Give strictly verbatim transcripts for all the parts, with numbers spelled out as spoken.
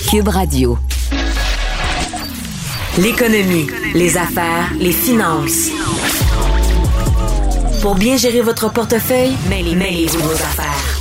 Cube Radio. L'économie, les affaires, les finances. Pour bien gérer votre portefeuille, mêlez, mêlez-vous vos affaires.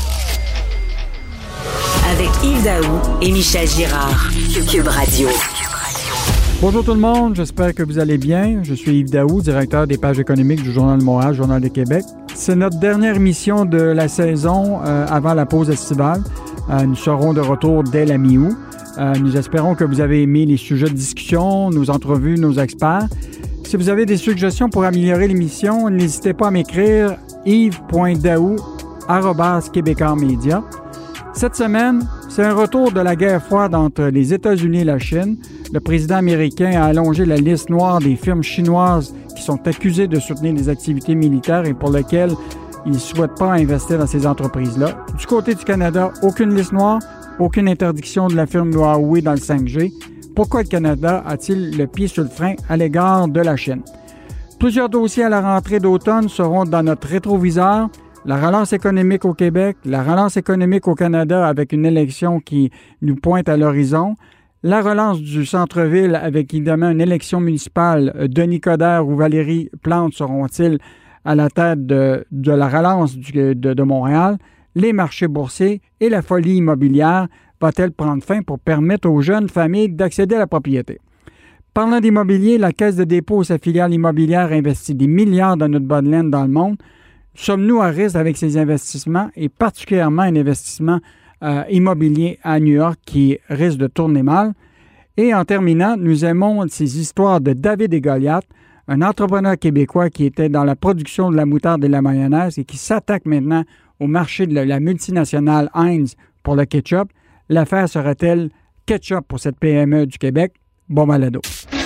Avec Yves Daou et Michel Girard. Cube Radio. Bonjour tout le monde, j'espère que vous allez bien. Je suis Yves Daou, directeur des pages économiques du Journal de Montréal, Journal de Québec. C'est notre dernière émission de la saison euh, avant la pause estivale. Euh, nous serons de retour dès la mi-août. Euh, nous espérons que vous avez aimé les sujets de discussion, nos entrevues, nos experts. Si vous avez des suggestions pour améliorer l'émission, n'hésitez pas à m'écrire yves point daou arobase québécois média. Cette semaine, c'est un retour de la guerre froide entre les États-Unis et la Chine. Le président américain a allongé la liste noire des firmes chinoises qui sont accusées de soutenir des activités militaires et pour lesquelles il ne souhaite pas investir dans ces entreprises-là. Du côté du Canada, aucune liste noire, aucune interdiction de la firme Huawei dans le cinq G. Pourquoi le Canada a-t-il le pied sur le frein à l'égard de la Chine? Plusieurs dossiers à la rentrée d'automne seront dans notre rétroviseur. La relance économique au Québec, la relance économique au Canada avec une élection qui nous pointe à l'horizon, la relance du centre-ville avec évidemment une élection municipale, Denis Coderre ou Valérie Plante seront-ils à la tête de, de la relance du, de, de Montréal, les marchés boursiers et la folie immobilière va-t-elle prendre fin pour permettre aux jeunes familles d'accéder à la propriété? Parlant d'immobilier, la Caisse de dépôt et sa filiale immobilière investit des milliards dans notre bas de laine dans le monde. Sommes-nous à risque avec ces investissements et particulièrement un investissement euh, immobilier à New York qui risque de tourner mal? Et en terminant, nous aimons ces histoires de David et Goliath, un entrepreneur québécois qui était dans la production de la moutarde et de la mayonnaise et qui s'attaque maintenant au marché de la multinationale Heinz pour le ketchup. L'affaire sera-t-elle ketchup pour cette P M E du Québec? Bon balado.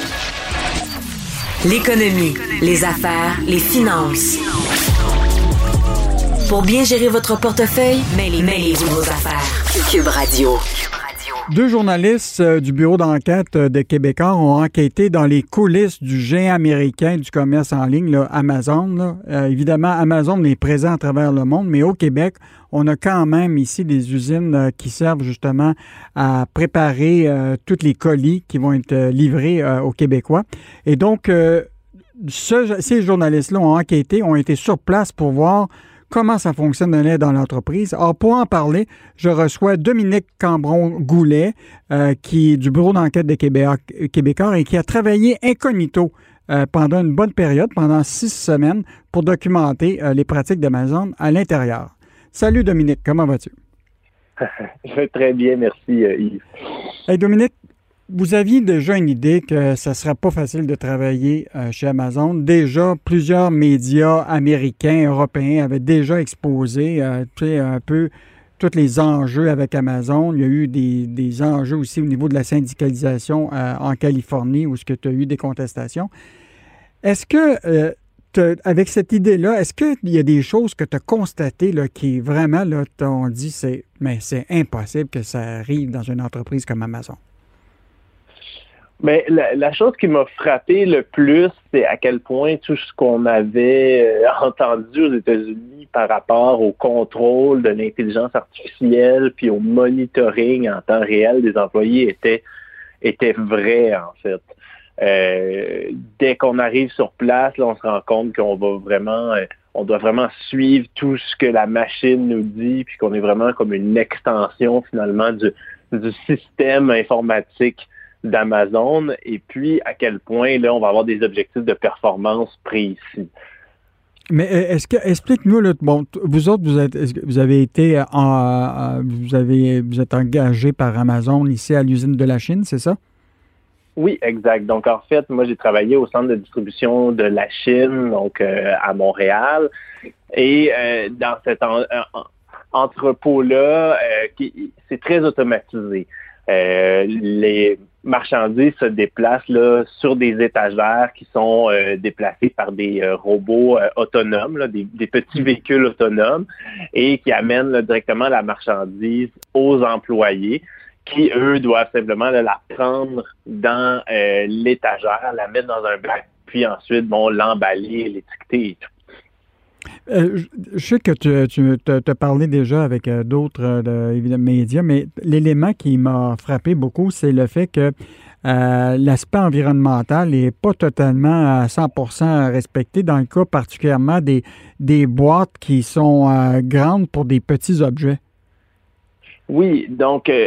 L'économie, les affaires, les finances. Pour bien gérer votre portefeuille, mêlez, mêlez-vous vos affaires. Cube Radio. Deux journalistes euh, du bureau d'enquête euh, de Québécois ont enquêté dans les coulisses du géant américain du commerce en ligne, là, Amazon. Là. Euh, évidemment, Amazon est présent à travers le monde, mais au Québec, on a quand même ici des usines euh, qui servent justement à préparer euh, tous les colis qui vont être euh, livrés euh, aux Québécois. Et donc, euh, ce, ces journalistes-là ont enquêté, ont été sur place pour voir comment ça fonctionne dans l'entreprise. Alors, pour en parler, je reçois Dominique Cambron-Goulet, euh, qui est du bureau d'enquête de Québécois, Québécois et qui a travaillé incognito euh, pendant une bonne période, pendant six semaines, pour documenter euh, les pratiques d'Amazon à l'intérieur. Salut Dominique, comment vas-tu? Je vais très bien, merci euh, Yves. Hey Dominique, vous aviez déjà une idée que ça ne serait pas facile de travailler euh, chez Amazon. Déjà, plusieurs médias américains, européens avaient déjà exposé euh, tu sais, un peu tous les enjeux avec Amazon. Il y a eu des, des enjeux aussi au niveau de la syndicalisation euh, en Californie où tu as eu des contestations. Est-ce que, euh, avec cette idée-là, est-ce qu'il y a des choses que tu as constatées là, qui vraiment là, t'ont dit c'est, mais c'est impossible que ça arrive dans une entreprise comme Amazon? Mais la, la chose qui m'a frappé le plus, c'est à quel point tout ce qu'on avait euh, entendu aux États-Unis par rapport au contrôle de l'intelligence artificielle puis au monitoring en temps réel des employés était, était vrai, en fait. Euh, dès qu'on arrive sur place, là, on se rend compte qu'on va vraiment, euh, on doit vraiment suivre tout ce que la machine nous dit puis qu'on est vraiment comme une extension, finalement, du, du système informatique d'Amazon, et puis à quel point là on va avoir des objectifs de performance précis. Mais est-ce que explique-nous là, bon, vous autres vous êtes vous avez été en, vous avez vous êtes engagé par Amazon ici à l'usine de la Chine, c'est ça? Oui, exact. Donc en fait, moi j'ai travaillé au centre de distribution de la Chine, donc euh, à Montréal, et euh, dans cet en, en, entrepôt-là, euh, qui, c'est très automatisé. Euh, les marchandises se déplacent là, sur des étagères qui sont euh, déplacées par des euh, robots euh, autonomes, là, des, des petits véhicules autonomes, et qui amènent là, directement la marchandise aux employés qui, eux, doivent simplement là, la prendre dans euh, l'étagère, la mettre dans un bac, puis ensuite bon, l'emballer, l'étiqueter et tout. Euh, je, je sais que tu, tu as parlé déjà avec euh, d'autres euh, évidemment, médias, mais l'élément qui m'a frappé beaucoup, c'est le fait que euh, l'aspect environnemental n'est pas totalement à cent pour cent respecté, dans le cas particulièrement des, des boîtes qui sont euh, grandes pour des petits objets. Oui, donc euh,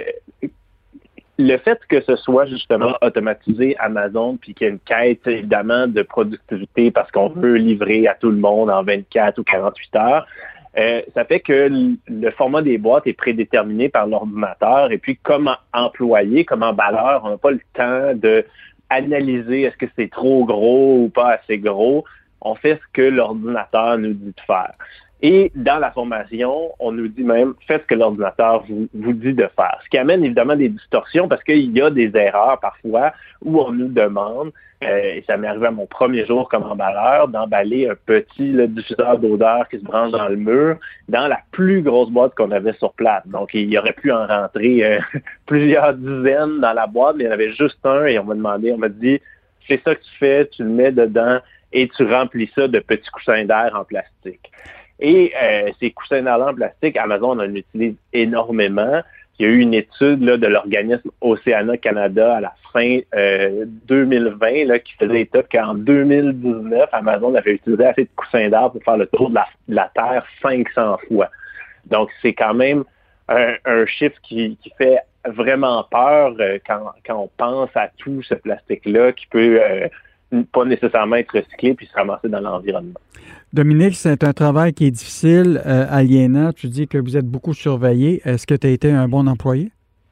le fait que ce soit justement automatisé Amazon, puis qu'il y a une quête évidemment de productivité parce qu'on veut livrer à tout le monde en vingt-quatre ou quarante-huit heures, euh, ça fait que le format des boîtes est prédéterminé par l'ordinateur et puis comme employé, comme emballeur, on n'a pas le temps de analyser est-ce que c'est trop gros ou pas assez gros. On fait ce que l'ordinateur nous dit de faire. Et dans la formation, on nous dit même, faites ce que l'ordinateur vous, vous dit de faire. Ce qui amène évidemment des distorsions parce qu'il y a des erreurs parfois où on nous demande, euh, et ça m'est arrivé à mon premier jour comme emballeur, d'emballer un petit là, diffuseur d'odeur qui se branche dans le mur dans la plus grosse boîte qu'on avait sur place. Donc, il y aurait pu en rentrer euh, plusieurs dizaines dans la boîte, mais il y en avait juste un et on m'a demandé, on m'a dit, c'est ça que tu fais, tu le mets dedans et tu remplis ça de petits coussins d'air en plastique. Et euh, ces coussins d'air en plastique, Amazon en utilise énormément. Il y a eu une étude là, de l'organisme Oceana Canada à la fin euh, deux mille vingt là, qui faisait état qu'en deux mille dix-neuf, Amazon avait utilisé assez de coussins d'air pour faire le tour de la, de la Terre cinq cents fois. Donc, c'est quand même un, un chiffre qui, qui fait vraiment peur euh, quand, quand on pense à tout ce plastique-là qui peut euh, pas nécessairement être recyclé puis se ramasser dans l'environnement. Dominique, c'est un travail qui est difficile, euh, aliénant. Tu dis que vous êtes beaucoup surveillé. Est-ce que tu as été un bon employé?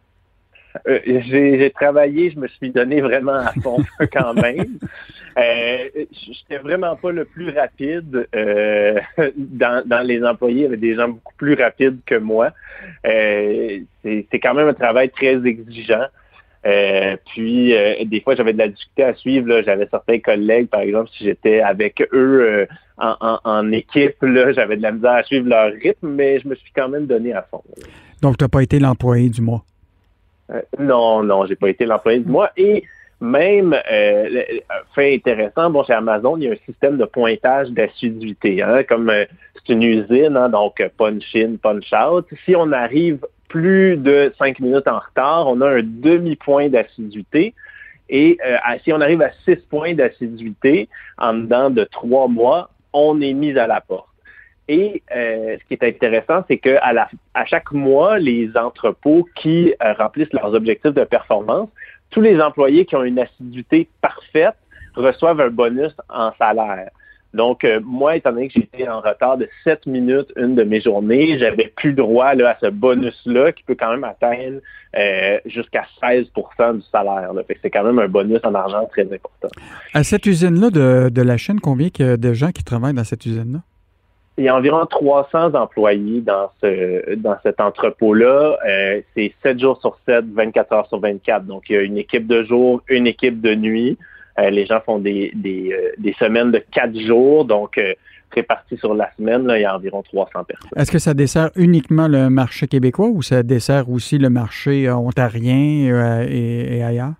Euh, j'ai, j'ai travaillé, je me suis donné vraiment à fond quand même. Euh, j'étais vraiment pas le plus rapide. Euh, dans, dans les employés, il y avait des gens beaucoup plus rapides que moi. Euh, c'est, c'est quand même un travail très exigeant. Euh, puis, euh, des fois, j'avais de la difficulté à suivre. Là. J'avais certains collègues, par exemple, si j'étais avec eux euh, en, en, en équipe, là, j'avais de la misère à suivre leur rythme, mais je me suis quand même donné à fond. Là. Donc, tu n'as pas été l'employé du mois? Euh, non, non, j'ai pas été l'employé du mois. Et même, euh, fait intéressant, bon, chez Amazon, il y a un système de pointage d'assiduité. Hein, comme euh, c'est une usine, hein, donc punch in, punch out. Si on arrive plus de cinq minutes en retard, on a un demi-point d'assiduité. Et euh, si on arrive à six points d'assiduité en dedans de trois mois, on est mis à la porte. Et euh, ce qui est intéressant, c'est qu'à la, à chaque mois, les entrepôts qui euh, remplissent leurs objectifs de performance, tous les employés qui ont une assiduité parfaite reçoivent un bonus en salaire. Donc, euh, moi, étant donné que j'étais en retard de sept minutes une de mes journées, j'avais plus droit là, à ce bonus-là qui peut quand même atteindre euh, jusqu'à seize pour cent du salaire. Là. Fait que c'est quand même un bonus en argent très important. À cette usine-là de, de la Chine, combien il y a de gens qui travaillent dans cette usine-là? Il y a environ trois cents employés dans ce dans cet entrepôt-là. Euh, c'est sept jours sur sept, vingt-quatre heures sur vingt-quatre. Donc, il y a une équipe de jour, une équipe de nuit. Euh, les gens font des des, euh, des semaines de quatre jours. Donc, euh, répartis sur la semaine, là, il y a environ trois cents personnes. Est-ce que ça dessert uniquement le marché québécois ou ça dessert aussi le marché euh, ontarien euh, et, et ailleurs?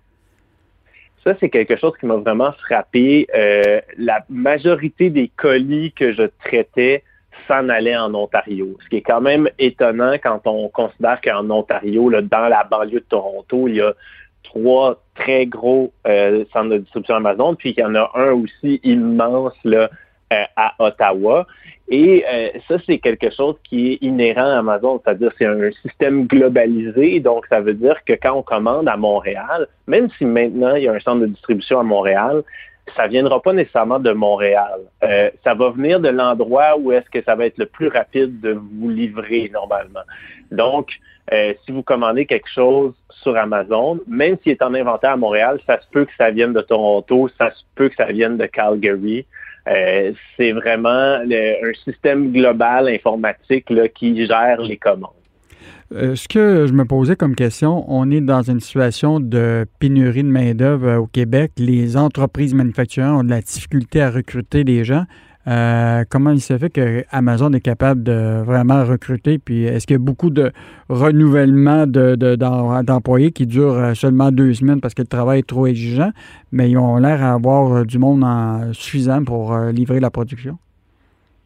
Ça, c'est quelque chose qui m'a vraiment frappé. Euh, la majorité des colis que je traitais s'en allaient en Ontario. Ce qui est quand même étonnant quand on considère qu'en Ontario, là, dans la banlieue de Toronto, il y a trois très gros euh, centres de distribution Amazon, puis il y en a un aussi immense là, euh, à Ottawa. Et euh, ça, c'est quelque chose qui est inhérent à Amazon, c'est-à-dire c'est un système globalisé, donc ça veut dire que quand on commande à Montréal, même si maintenant il y a un centre de distribution à Montréal, ça ne viendra pas nécessairement de Montréal. Euh, ça va venir de l'endroit où est-ce que ça va être le plus rapide de vous livrer normalement. Donc, euh, si vous commandez quelque chose sur Amazon, même s'il est en inventaire à Montréal, ça se peut que ça vienne de Toronto, ça se peut que ça vienne de Calgary. Euh, c'est vraiment le, un système global informatique là, qui gère les commandes. Euh, ce que je me posais comme question, on est dans une situation de pénurie de main-d'œuvre au Québec. Les entreprises manufacturières ont de la difficulté à recruter des gens. Euh, comment il se fait que Amazon est capable de vraiment recruter? Puis est-ce qu'il y a beaucoup de renouvellement de, de, d'employés qui durent seulement deux semaines parce que le travail est trop exigeant, mais ils ont l'air d'avoir du monde en, suffisant pour livrer la production?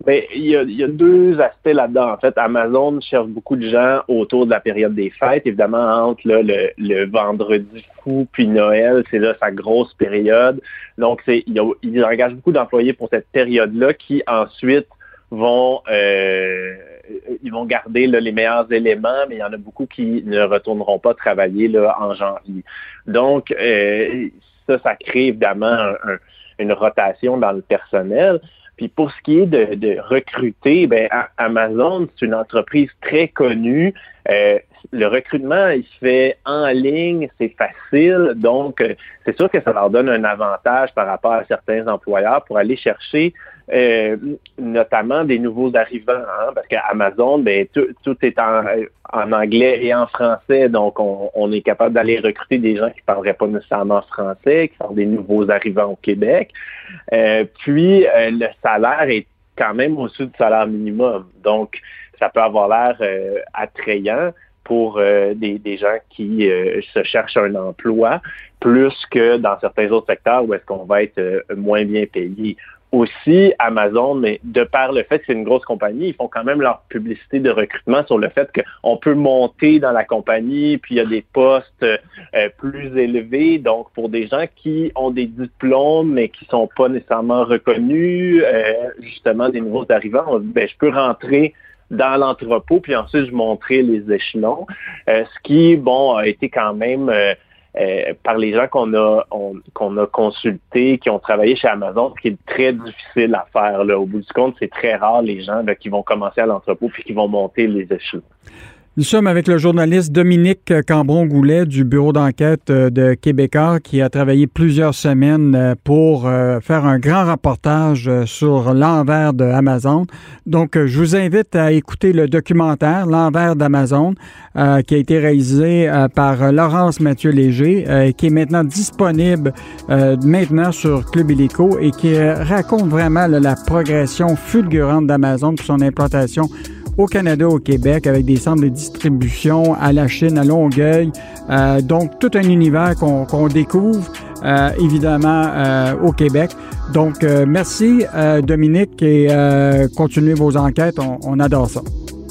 Bien, il y a, il y a deux aspects là-dedans. En fait, Amazon cherche beaucoup de gens autour de la période des fêtes. Évidemment, entre là, le, le vendredi fou puis Noël, c'est là sa grosse période. Donc, c'est, il y a, ils engagent beaucoup d'employés pour cette période-là qui ensuite vont euh, ils vont garder là, les meilleurs éléments, mais il y en a beaucoup qui ne retourneront pas travailler là, en janvier. Donc, euh, ça, ça crée évidemment un, un, une rotation dans le personnel. Puis pour ce qui est de, de recruter, ben Amazon, c'est une entreprise très connue. Euh, le recrutement, il se fait en ligne, c'est facile. Donc, euh, c'est sûr que ça leur donne un avantage par rapport à certains employeurs pour aller chercher euh, notamment des nouveaux arrivants. Hein, parce qu'à Amazon, ben, tout, tout est en, en anglais et en français. Donc, on, on est capable d'aller recruter des gens qui ne parleraient pas nécessairement français, qui sont des nouveaux arrivants au Québec. Euh, puis, euh, le salaire est quand même au-dessus du salaire minimum. Donc, ça peut avoir l'air euh, attrayant pour euh, des, des gens qui euh, se cherchent un emploi, plus que dans certains autres secteurs où est-ce qu'on va être euh, moins bien payé. Aussi, Amazon, mais de par le fait que c'est une grosse compagnie, ils font quand même leur publicité de recrutement sur le fait qu'on peut monter dans la compagnie, puis il y a des postes euh, plus élevés. Donc, pour des gens qui ont des diplômes, mais qui sont pas nécessairement reconnus, euh, justement, des nouveaux arrivants, on dit, ben, je peux rentrer dans l'entrepôt, puis ensuite, je monterai les échelons. Euh, ce qui, bon, a été quand même... Euh, Euh, par les gens qu'on a on, qu'on a consultés, qui ont travaillé chez Amazon, ce qui est très difficile à faire. Là. Au bout du compte, c'est très rare les gens là, qui vont commencer à l'entrepôt puis qui vont monter les échelons. Nous sommes avec le journaliste Dominique Cambron-Goulet du bureau d'enquête de Québécois qui a travaillé plusieurs semaines pour faire un grand reportage sur l'envers de Amazon. Donc, je vous invite à écouter le documentaire L'envers d'Amazon euh, qui a été réalisé euh, par Laurence Mathieu-Léger euh, qui est maintenant disponible euh, maintenant sur Club Illico et qui euh, raconte vraiment là, la progression fulgurante d'Amazon pour son implantation au Canada, au Québec, avec des centres de distribution à la Chine, à Longueuil. Euh, donc, tout un univers qu'on, qu'on découvre, euh, évidemment, euh, au Québec. Donc, euh, merci, euh, Dominique, et euh, continuez vos enquêtes. On, on adore ça.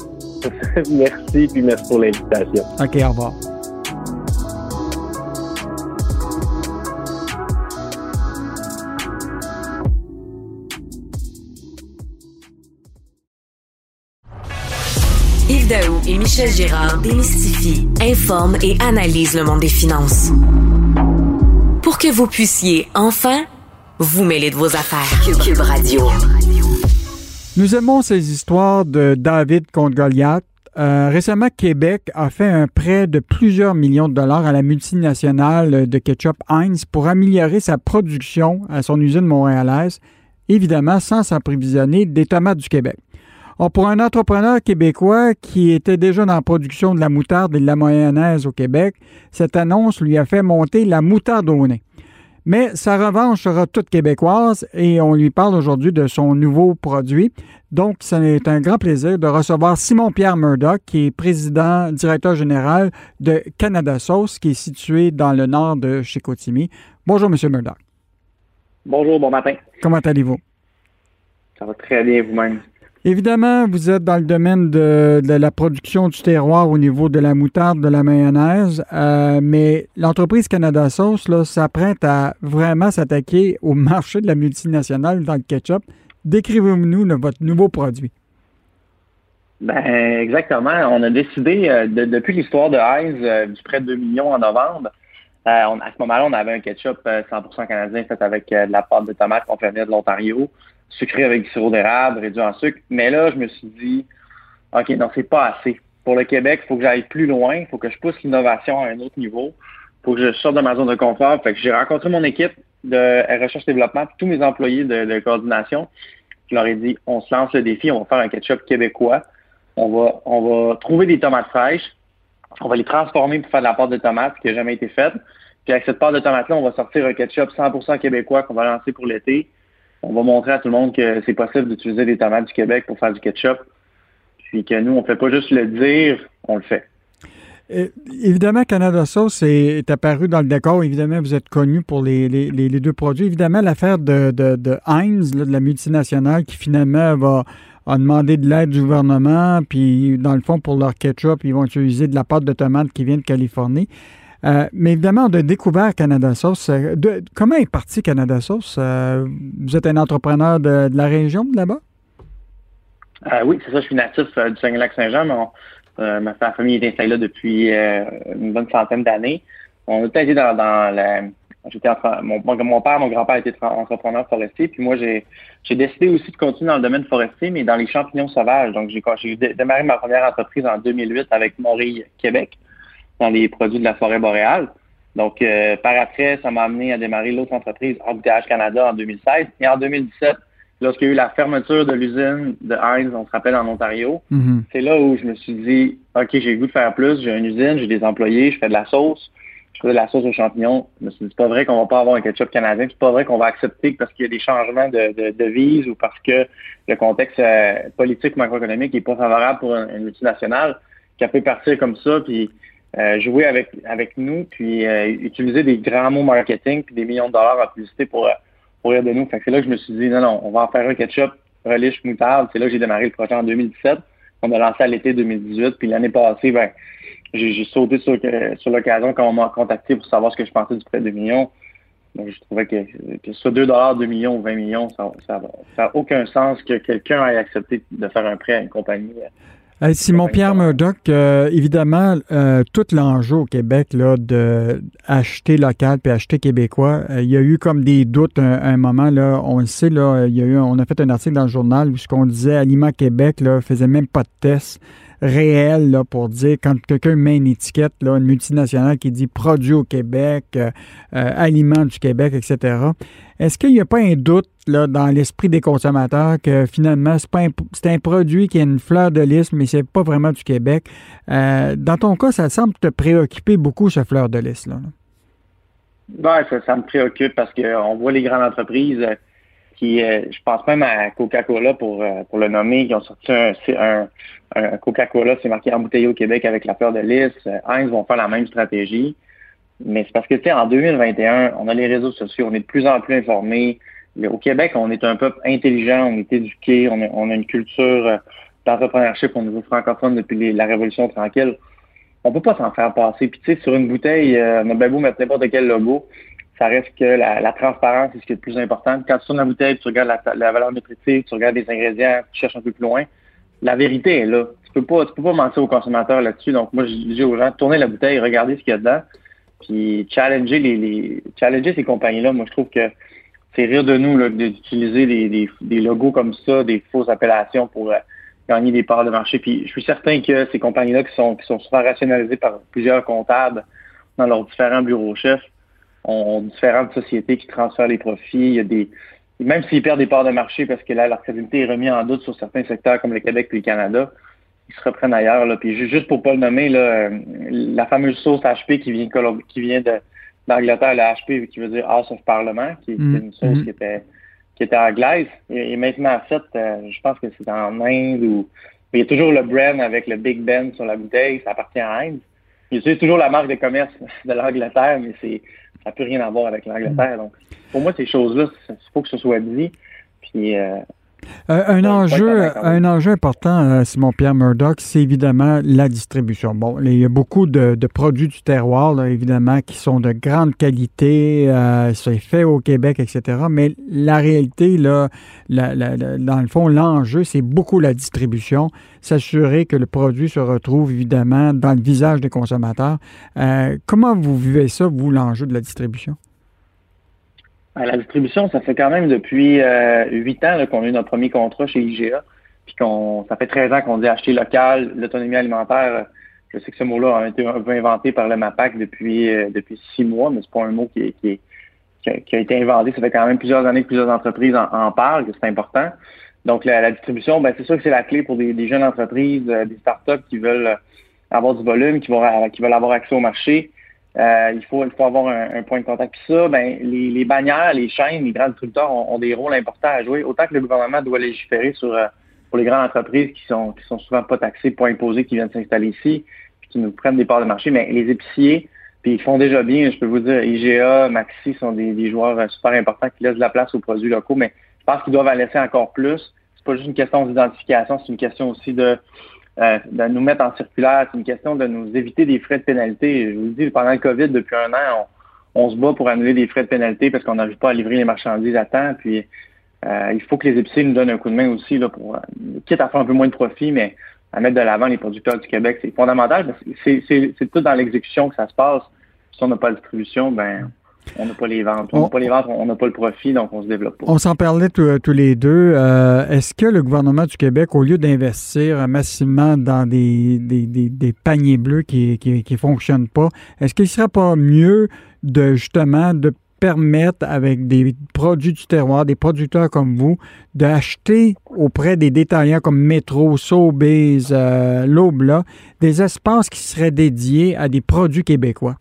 Merci, puis merci pour l'invitation. OK, au revoir. Yves Daou et Michel Girard démystifient, informent et analysent le monde des finances. Pour que vous puissiez enfin vous mêler de vos affaires. Cube, Cube Radio. Nous aimons ces histoires de David contre Goliath. Euh, récemment, Québec a fait un prêt de plusieurs millions de dollars à la multinationale de ketchup Heinz pour améliorer sa production à son usine montréalaise, évidemment sans s'approvisionner des tomates du Québec. Or, pour un entrepreneur québécois qui était déjà dans la production de la moutarde et de la mayonnaise au Québec, cette annonce lui a fait monter la moutarde au nez. Mais sa revanche sera toute québécoise et on lui parle aujourd'hui de son nouveau produit. Donc, c'est un grand plaisir de recevoir Simon-Pierre Murdoch, qui est président, directeur général de Canada Sauce, qui est situé dans le nord de Chicoutimi. Bonjour, M. Murdoch. Bonjour, bon matin. Comment allez-vous? Ça va très bien vous-même. Évidemment, vous êtes dans le domaine de, de la production du terroir au niveau de la moutarde, de la mayonnaise, euh, mais l'entreprise Canada Sauce là, s'apprête à vraiment s'attaquer au marché de la multinationale dans le ketchup. Décrivez-nous là, votre nouveau produit. Ben exactement. On a décidé, euh, de, depuis l'histoire de Heinz, euh, du prêt de deux millions en novembre, euh, on, à ce moment-là, on avait un ketchup euh, cent pour cent canadien fait avec euh, de la pâte de tomate qu'on venait de l'Ontario, sucré avec du sirop d'érable, réduit en sucre. Mais là, je me suis dit, OK, non, c'est pas assez. Pour le Québec, il faut que j'aille plus loin. Il faut que je pousse l'innovation à un autre niveau. Il faut que je sorte de ma zone de confort. Fait que j'ai rencontré mon équipe de recherche et développement, tous mes employés de, de coordination. Je leur ai dit, on se lance le défi, on va faire un ketchup québécois. On va, on va trouver des tomates fraîches. On va les transformer pour faire de la pâte de tomate qui n'a jamais été faite. Puis avec cette pâte de tomate-là, on va sortir un ketchup cent pour cent québécois qu'on va lancer pour l'été. On va montrer à tout le monde que c'est possible d'utiliser des tomates du Québec pour faire du ketchup. Puis que nous, on ne fait pas juste le dire, on le fait. Euh, évidemment, Canada Sauce est, est apparu dans le décor. Évidemment, vous êtes connu pour les, les, les, les deux produits. Évidemment, l'affaire de, de, de Heinz, là, de la multinationale, qui finalement va a demandé de l'aide du gouvernement, puis dans le fond, pour leur ketchup, ils vont utiliser de la pâte de tomate qui vient de Californie. Euh, mais évidemment, on a découvert Canada Sauce. De, comment est parti Canada Sauce? Euh, vous êtes un entrepreneur de, de la région, de là-bas? Euh, oui, c'est ça. Je suis natif euh, du Saguenay-Lac-Saint-Jean, mais on, euh, ma famille est installée là depuis euh, une bonne centaine d'années. On a peut-être été dans, dans la... J'étais entre, mon, mon père, mon grand-père était entrepreneur forestier, puis moi, j'ai, j'ai décidé aussi de continuer dans le domaine forestier, mais dans les champignons sauvages. Donc, j'ai, j'ai démarré ma première entreprise en deux mille huit avec Morille Québec, dans les produits de la forêt boréale. Donc, euh, par après, ça m'a amené à démarrer l'autre entreprise, Embouteillage Canada, en deux mille seize. Et en deux mille dix-sept, lorsqu'il y a eu la fermeture de l'usine de Heinz, on se rappelle, en Ontario, mm-hmm. c'est là où je me suis dit, OK, j'ai le goût de faire plus, j'ai une usine, j'ai des employés, je fais de la sauce. Je faisais de la sauce aux champignons. Je me suis dit, c'est pas vrai qu'on va pas avoir un ketchup canadien. C'est pas vrai qu'on va accepter parce qu'il y a des changements de, de, de devise ou parce que le contexte euh, politique macroéconomique n'est pas favorable pour une, une multinationale qui a pu partir comme ça puis euh, jouer avec avec nous puis euh, utiliser des grands mots marketing puis des millions de dollars en publicité pour, pour rire de nous. Fait que c'est là que je me suis dit, non, non, on va en faire un ketchup relish moutarde. C'est là que j'ai démarré le projet en deux mille dix-sept. On a lancé à l'été deux mille dix-huit. Puis l'année passée, ben J'ai, j'ai sauté sur, sur l'occasion quand on m'a contacté pour savoir ce que je pensais du prêt de deux millions. Donc, je trouvais que, que ce soit deux dollars, deux millions ou vingt millions, ça n'a ça, ça aucun sens que quelqu'un ait accepté de faire un prêt à une compagnie. Hey, Simon-Pierre Murdoch, euh, évidemment, euh, tout l'enjeu au Québec là, d'acheter local puis acheter québécois, euh, il y a eu comme des doutes un, un moment. Là, on le sait, là, il y a eu, on a fait un article dans le journal où ce qu'on disait, Aliments Québec ne faisait même pas de test réel là, pour dire quand quelqu'un met une étiquette, là, une multinationale qui dit produit au Québec, euh, euh, aliments du Québec, et cetera. Est-ce qu'il n'y a pas un doute là, dans l'esprit des consommateurs que finalement, c'est, pas un, c'est un produit qui a une fleur de lys, mais c'est pas vraiment du Québec? Euh, dans ton cas, ça semble te préoccuper beaucoup, ce fleur de lys-là. Oui, ça, ça me préoccupe parce qu'on voit les grandes entreprises euh, qui, euh, je pense même à Coca-Cola pour, euh, pour le nommer, qui ont sorti un, un, un Coca-Cola, c'est marqué embouteillé au Québec avec la fleur de lys. Heinz vont faire la même stratégie. Mais c'est parce que, tu sais, en deux mille vingt et un, on a les réseaux sociaux, on est de plus en plus informés. Au Québec, on est un peuple intelligent, on est éduqué, on a, on a une culture d'entrepreneurship au niveau francophone depuis les, la Révolution tranquille. On peut pas s'en faire passer. Puis, tu sais, sur une bouteille, euh, on a bien beau mettre n'importe quel logo, ça reste que la, la transparence, c'est ce qui est le plus important. Quand tu tournes la bouteille, tu regardes la, la valeur nutritive, tu regardes les ingrédients, tu cherches un peu plus loin. La vérité est là. Tu peux pas, tu peux pas mentir aux consommateurs là-dessus. Donc, moi, je dis aux gens, tournez la bouteille, regardez ce qu'il y a dedans, puis challenger les, les challenger ces compagnies-là. Moi, je trouve que c'est rire de nous là, d'utiliser des, des, des logos comme ça, des fausses appellations pour euh, gagner des parts de marché. Puis, je suis certain que ces compagnies-là qui sont, qui sont souvent rationalisées par plusieurs comptables dans leurs différents bureaux chefs, ont différentes sociétés qui transfèrent les profits. Il y a des, même s'ils perdent des parts de marché parce que là, leur crédibilité est remise en doute sur certains secteurs comme le Québec et le Canada, ils se reprennent ailleurs. Là. Puis juste pour pas le nommer, là, la fameuse sauce H P qui vient, qui vient de, d'Angleterre, la H P qui veut dire House of Parliament, qui, mmh. qui est une sauce mmh. qui était qui était anglaise, et, et maintenant faite, euh, je pense que c'est en Inde ou il y a toujours le brand avec le Big Ben sur la bouteille, ça appartient à Heinz. C'est toujours la marque de commerce de l'Angleterre, mais c'est ça n'a plus rien à voir avec l'Angleterre. Donc, pour moi, ces choses-là, il faut que ce soit dit. Puis, euh, euh, un, enjeu, un enjeu important, euh, Simon-Pierre Murdoch, c'est évidemment la distribution. Bon, il y a beaucoup de, de produits du terroir, là, évidemment, qui sont de grande qualité, euh, c'est fait au Québec, et cetera. Mais la réalité, là, la, la, la, dans le fond, l'enjeu, c'est beaucoup la distribution. S'assurer que le produit se retrouve, évidemment, dans le visage des consommateurs. Euh, comment vous vivez ça, vous, l'enjeu de la distribution? La distribution, ça fait quand même depuis euh, huit ans là, qu'on a eu notre premier contrat chez I G A. Puis qu'on ça fait treize ans qu'on dit acheter local, l'autonomie alimentaire. Je sais que ce mot-là a été inventé par le MAPAC depuis euh, depuis six mois, mais c'est pas un mot qui, est, qui, est, qui, a, qui a été inventé. Ça fait quand même plusieurs années que plusieurs entreprises en, en parlent, que c'est important. Donc la, la distribution, ben c'est sûr que c'est la clé pour des, des jeunes entreprises, euh, des startups qui veulent avoir du volume, qui vont qui veulent avoir accès au marché. Euh, il faut il faut avoir un, un point de contact. Puis ça, ben les, les bannières, les chaînes, les grands distributeurs ont, ont des rôles importants à jouer. Autant que le gouvernement doit légiférer sur euh, pour les grandes entreprises qui sont qui sont souvent pas taxées, pas imposées, qui viennent s'installer ici, puis qui nous prennent des parts de marché, mais les épiciers, puis ils font déjà bien, je peux vous dire, I G A, Maxi sont des, des joueurs super importants qui laissent de la place aux produits locaux, mais je pense qu'ils doivent en laisser encore plus. C'est pas juste une question d'identification, c'est une question aussi de, euh, de nous mettre en circulaire, c'est une question de nous éviter des frais de pénalité. Je vous le dis, pendant le COVID, depuis un an, on, on se bat pour annuler des frais de pénalité parce qu'on n'arrive pas à livrer les marchandises à temps, puis euh, il faut que les épiciers nous donnent un coup de main aussi, là, pour, euh, quitte à faire un peu moins de profit, mais à mettre de l'avant les producteurs du Québec. C'est fondamental parce que c'est, c'est, c'est tout dans l'exécution que ça se passe. Si on n'a pas de distribution, ben on n'a pas les ventes. On n'a pas les ventes, on n'a pas le profit, donc on se développe pas. On s'en parlait tous, tous les deux. Euh, est-ce que le gouvernement du Québec, au lieu d'investir massivement dans des, des, des, des paniers bleus qui qui, qui fonctionnent pas, est-ce qu'il ne serait pas mieux de justement de permettre avec des produits du terroir, des producteurs comme vous, d'acheter auprès des détaillants comme Métro, Sobeys, euh, Loblaw, des espaces qui seraient dédiés à des produits québécois?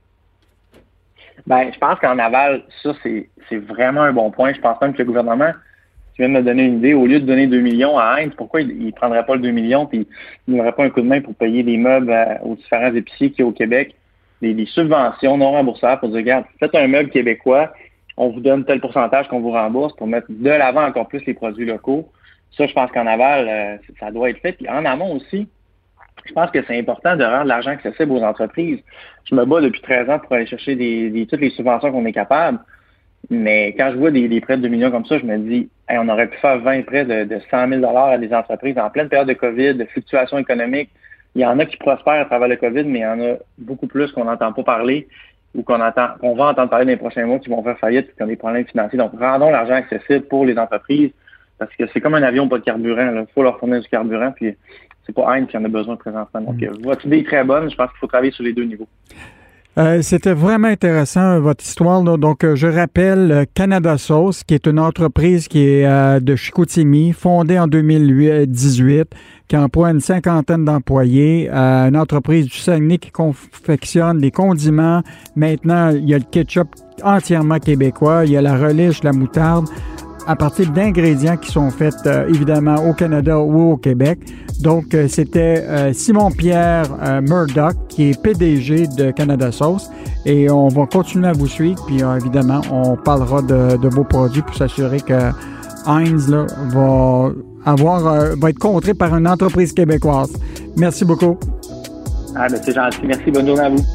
Ben, je pense qu'en aval, ça, c'est, c'est vraiment un bon point. Je pense même que le gouvernement, tu viens de me donner une idée, au lieu de donner deux millions à Heinz, pourquoi il ne prendrait pas le deux millions puis il n'aurait pas un coup de main pour payer les meubles à, aux différents épiciers qu'il y a au Québec, des, des subventions non remboursables pour dire, regarde, faites un meuble québécois, on vous donne tel pourcentage qu'on vous rembourse pour mettre de l'avant encore plus les produits locaux. Ça, je pense qu'en aval, euh, ça doit être fait. Puis en amont aussi, je pense que c'est important de rendre l'argent accessible aux entreprises. Je me bats depuis treize ans pour aller chercher des, des, toutes les subventions qu'on est capable. Mais quand je vois des, des prêts de deux millions comme ça, je me dis, hey, on aurait pu faire vingt prêts de, de cent mille dollars à des entreprises en pleine période de COVID, de fluctuations économiques. Il y en a qui prospèrent à travers le COVID, mais il y en a beaucoup plus qu'on n'entend pas parler ou qu'on entend, qu'on va entendre parler dans les prochains mois qui vont faire faillite et qui ont des problèmes financiers. Donc, rendons l'argent accessible pour les entreprises parce que c'est comme un avion pas de carburant. Il faut leur fournir du carburant, puis c'est pas Heinz qui en a besoin présentement. Donc, mmh. votre idée est très bonne. Je pense qu'il faut travailler sur les deux niveaux. Euh, c'était vraiment intéressant, votre histoire. Là. Donc, euh, je rappelle euh, Canada Sauce, qui est une entreprise qui est euh, de Chicoutimi, fondée en deux mille dix-huit, qui emploie une cinquantaine d'employés. Euh, une entreprise du Saguenay qui confectionne des condiments. Maintenant, il y a le ketchup entièrement québécois. Il y a la relish, la moutarde, à partir d'ingrédients qui sont faits euh, évidemment au Canada ou au Québec. Donc, euh, c'était euh, Simon-Pierre euh, Murdoch, qui est P D G de Canada Sauce. Et on va continuer à vous suivre. Puis, euh, évidemment, on parlera de, de vos produits pour s'assurer que Heinz là, va, avoir, euh, va être contré par une entreprise québécoise. Merci beaucoup. Ah, ben, c'est gentil. Merci. Bonne journée à vous.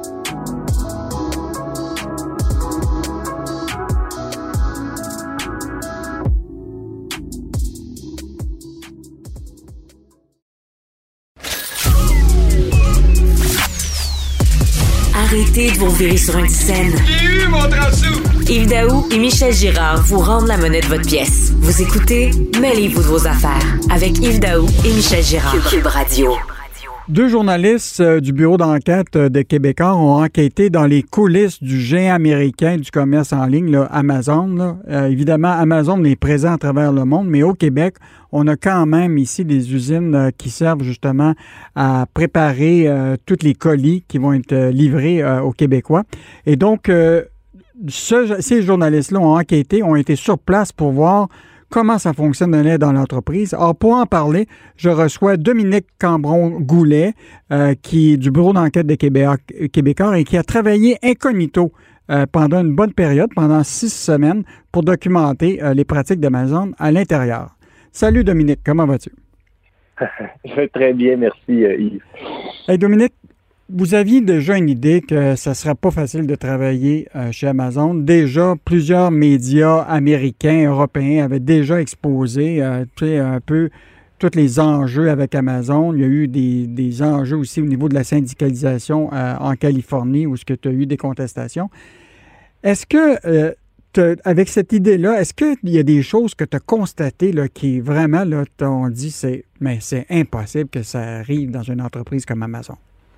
Arrêtez de vous revirer sur une scène. J'ai eu mon transou! Yves Daou et Michel Girard vous rendent la monnaie de votre pièce. Vous écoutez Mêlez-vous de vos affaires avec Yves Daou et Michel Girard. Cube Radio. Deux journalistes euh, du bureau d'enquête euh, de Québécois ont enquêté dans les coulisses du géant américain du commerce en ligne, là, Amazon. Là. Euh, évidemment, Amazon est présent à travers le monde, mais au Québec, on a quand même ici des usines euh, qui servent justement à préparer euh, tous les colis qui vont être euh, livrés euh, aux Québécois. Et donc, euh, ce, ces journalistes-là ont enquêté, ont été sur place pour voir comment ça fonctionne dans l'entreprise. Alors, pour en parler, je reçois Dominique Cambron-Goulet, euh, qui est du bureau d'enquête de Québécois et qui a travaillé incognito euh, pendant une bonne période, pendant six semaines, pour documenter euh, les pratiques d'Amazon à l'intérieur. Salut Dominique, comment vas-tu? Je vais très bien, merci Yves. Hey Dominique, vous aviez déjà une idée que ça ne serait pas facile de travailler euh, chez Amazon. Déjà, plusieurs médias américains, européens avaient déjà exposé euh, tu sais, un peu tous les enjeux avec Amazon. Il y a eu des, des enjeux aussi au niveau de la syndicalisation euh, en Californie où tu as eu des contestations. Est-ce que, euh, avec cette idée-là, est-ce qu'il y a des choses que tu as constatées là, qui vraiment là, t'ont dit c'est, mais c'est impossible que ça arrive dans une entreprise comme Amazon?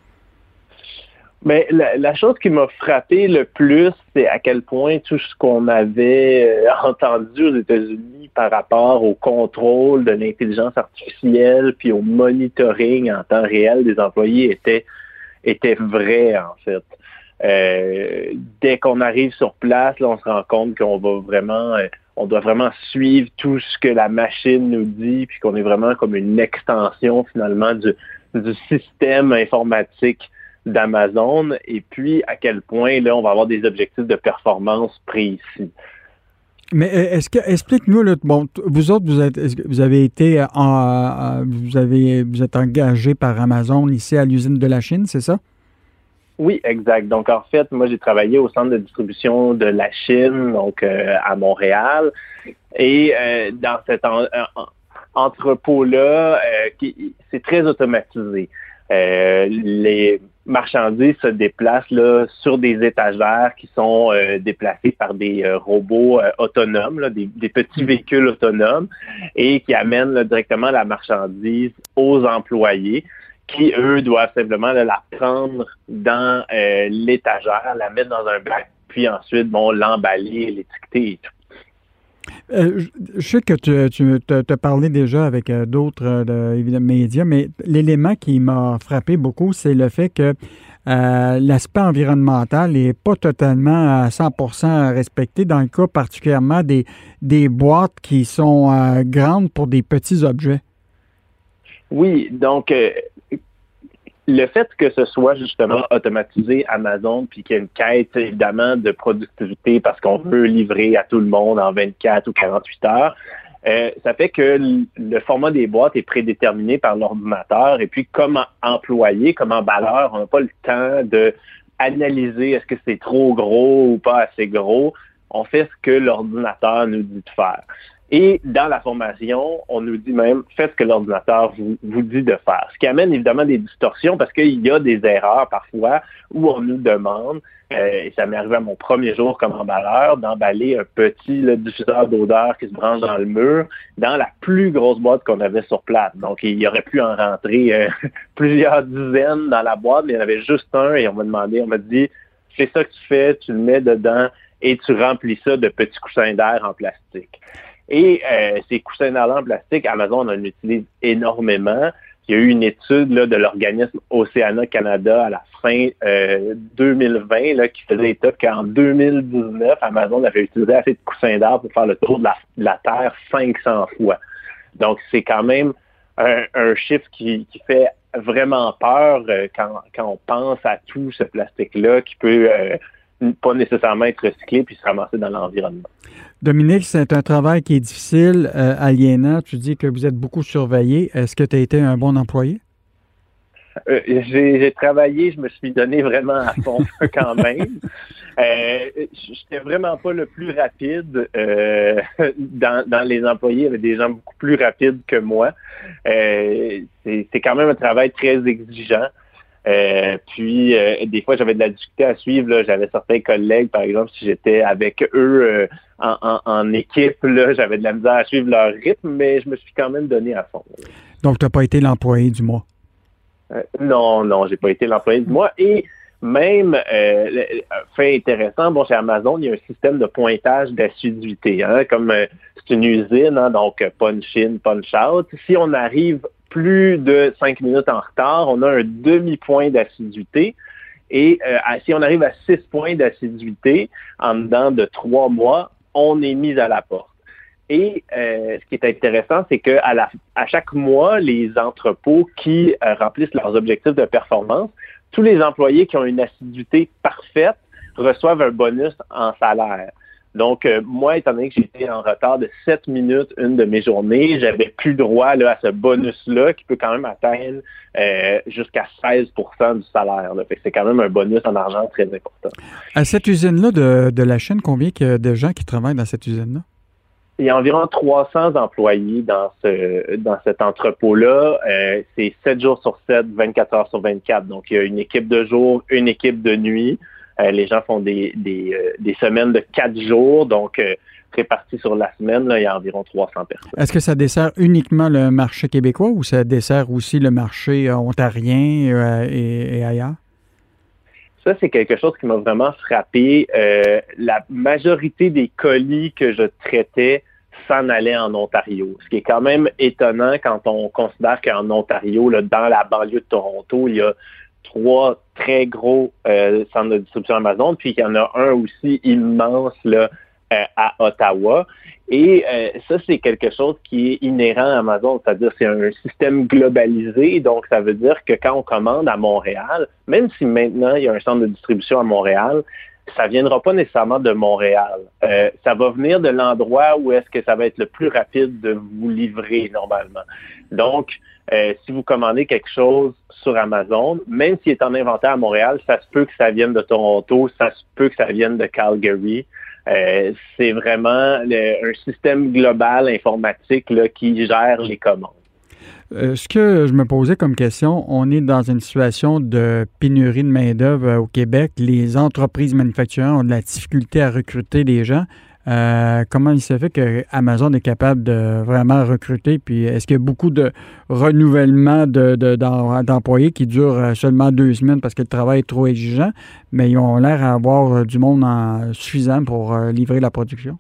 Mais la, la chose qui m'a frappé le plus, c'est à quel point tout ce qu'on avait euh, entendu aux États-Unis par rapport au contrôle de l'intelligence artificielle puis au monitoring en temps réel des employés était, était vrai, en fait. Euh, dès qu'on arrive sur place, là, on se rend compte qu'on va vraiment, euh, on doit vraiment suivre tout ce que la machine nous dit, puis qu'on est vraiment comme une extension finalement du du système informatique d'Amazon et puis à quel point là on va avoir des objectifs de performance précis. Mais est-ce que explique-nous là, bon, vous autres vous êtes vous avez été en, vous avez vous êtes engagé par Amazon ici à l'usine de la Chine, c'est ça? Oui, exact. Donc en fait, moi j'ai travaillé au centre de distribution de la Chine, donc euh, à Montréal, et euh, dans cet en, en, entrepôt-là, euh, qui, c'est très automatisé. Euh, les marchandises se déplacent là, sur des étagères qui sont euh, déplacées par des euh, robots euh, autonomes, là, des, des petits véhicules autonomes, et qui amènent là, directement la marchandise aux employés qui, eux, doivent simplement là, la prendre dans euh, l'étagère, la mettre dans un bac, puis ensuite, bon, l'emballer, l'étiqueter et tout. Euh, je sais que tu, tu as parlé déjà avec euh, d'autres euh, évidemment, médias, mais l'élément qui m'a frappé beaucoup, c'est le fait que euh, l'aspect environnemental n'est pas totalement à cent pour cent respecté, dans le cas particulièrement des, des boîtes qui sont euh, grandes pour des petits objets. Oui, donc euh, le fait que ce soit justement automatisé Amazon, puis qu'il y a une quête évidemment de productivité parce qu'on veut livrer à tout le monde en vingt-quatre ou quarante-huit heures, euh, ça fait que le format des boîtes est prédéterminé par l'ordinateur et puis comme employé, comme emballeur, on n'a pas le temps de analyser est-ce que c'est trop gros ou pas assez gros. On fait ce que l'ordinateur nous dit de faire. Et dans la formation, on nous dit même, faites ce que l'ordinateur vous, vous dit de faire. Ce qui amène évidemment des distorsions parce qu'il y a des erreurs parfois où on nous demande, euh, et ça m'est arrivé à mon premier jour comme emballeur, d'emballer un petit là, diffuseur d'odeur qui se branche dans le mur dans la plus grosse boîte qu'on avait sur place. Donc, il y aurait pu en rentrer euh, plusieurs dizaines dans la boîte, mais il y en avait juste un et on m'a demandé, on m'a dit, c'est ça que tu fais, tu le mets dedans et tu remplis ça de petits coussins d'air en plastique. Et euh, ces coussins d'air en plastique, Amazon en utilise énormément. Il y a eu une étude là, de l'organisme Oceana Canada à la fin euh, deux mille vingt là, qui faisait état qu'en deux mille dix-neuf, Amazon avait utilisé assez de coussins d'air pour faire le tour de la, de la Terre cinq cents fois. Donc, c'est quand même un, un chiffre qui, qui fait vraiment peur euh, quand, quand on pense à tout ce plastique-là qui peut euh, pas nécessairement être recyclé puis se ramasser dans l'environnement. Dominique, c'est un travail qui est difficile, euh, aliénant. Tu dis que vous êtes beaucoup surveillé. Est-ce que tu as été un bon employé? Euh, j'ai, j'ai travaillé, je me suis donné vraiment à fond quand même. Euh, j'étais vraiment pas le plus rapide euh, dans, dans les employés. Il y avait des gens beaucoup plus rapides que moi. Euh, c'est, c'est quand même un travail très exigeant. Euh, puis, euh, des fois, j'avais de la difficulté à suivre. Là. J'avais certains collègues, par exemple, si j'étais avec eux euh, en, en, en équipe, là, j'avais de la misère à suivre leur rythme, mais je me suis quand même donné à fond. Donc, tu n'as pas été l'employé du mois? Euh, non, non, j'ai pas été l'employé du mois. Et même, euh, fait intéressant, bon, chez Amazon, il y a un système de pointage d'assiduité. Hein, comme euh, c'est une usine, hein, donc punch in, punch out. Si on arrive plus de cinq minutes en retard, on a un demi-point d'assiduité. Et euh, si on arrive à six points d'assiduité en dedans de trois mois, on est mis à la porte. Et euh, ce qui est intéressant, c'est que à, la, à chaque mois, les entrepôts qui euh, remplissent leurs objectifs de performance, tous les employés qui ont une assiduité parfaite reçoivent un bonus en salaire. Donc, euh, moi, étant donné que j'étais en retard de sept minutes une de mes journées, j'avais plus droit là, à ce bonus-là qui peut quand même atteindre euh, jusqu'à seize pour cent du salaire. Là. Fait que c'est quand même un bonus en argent très important. À cette usine-là de, de la Chine, combien il y a de gens qui travaillent dans cette usine-là? Il y a environ trois cents employés dans ce dans cet entrepôt-là. Euh, c'est sept jours sur sept, vingt-quatre heures sur vingt-quatre. Donc, il y a une équipe de jour, une équipe de nuit. Euh, les gens font des des, euh, des semaines de quatre jours. Donc, euh, répartis sur la semaine, là, il y a environ trois cents personnes. Est-ce que ça dessert uniquement le marché québécois ou ça dessert aussi le marché euh, ontarien euh, et, et ailleurs? Ça, c'est quelque chose qui m'a vraiment frappé. Euh, la majorité des colis que je traitais s'en allaient en Ontario. Ce qui est quand même étonnant quand on considère qu'en Ontario, là, dans la banlieue de Toronto, il y a trois très gros euh, centres de distribution Amazon, puis il y en a un aussi immense là, euh, à Ottawa. Et euh, ça, c'est quelque chose qui est inhérent à Amazon, c'est-à-dire c'est un système globalisé. Donc, ça veut dire que quand on commande à Montréal, même si maintenant il y a un centre de distribution à Montréal, ça ne viendra pas nécessairement de Montréal. Euh, ça va venir de l'endroit où est-ce que ça va être le plus rapide de vous livrer normalement. Donc, euh, si vous commandez quelque chose sur Amazon, même s'il est en inventaire à Montréal, ça se peut que ça vienne de Toronto, ça se peut que ça vienne de Calgary. Euh, c'est vraiment le, un système global informatique là, qui gère les commandes. Euh, ce que je me posais comme question, on est dans une situation de pénurie de main-d'œuvre au Québec. Les entreprises manufacturières ont de la difficulté à recruter des gens. Euh, comment il se fait que Amazon est capable de vraiment recruter? Puis est-ce qu'il y a beaucoup de renouvellement de, de, d'employés qui durent seulement deux semaines parce que le travail est trop exigeant, mais ils ont l'air d'avoir du monde en, suffisant pour livrer la production?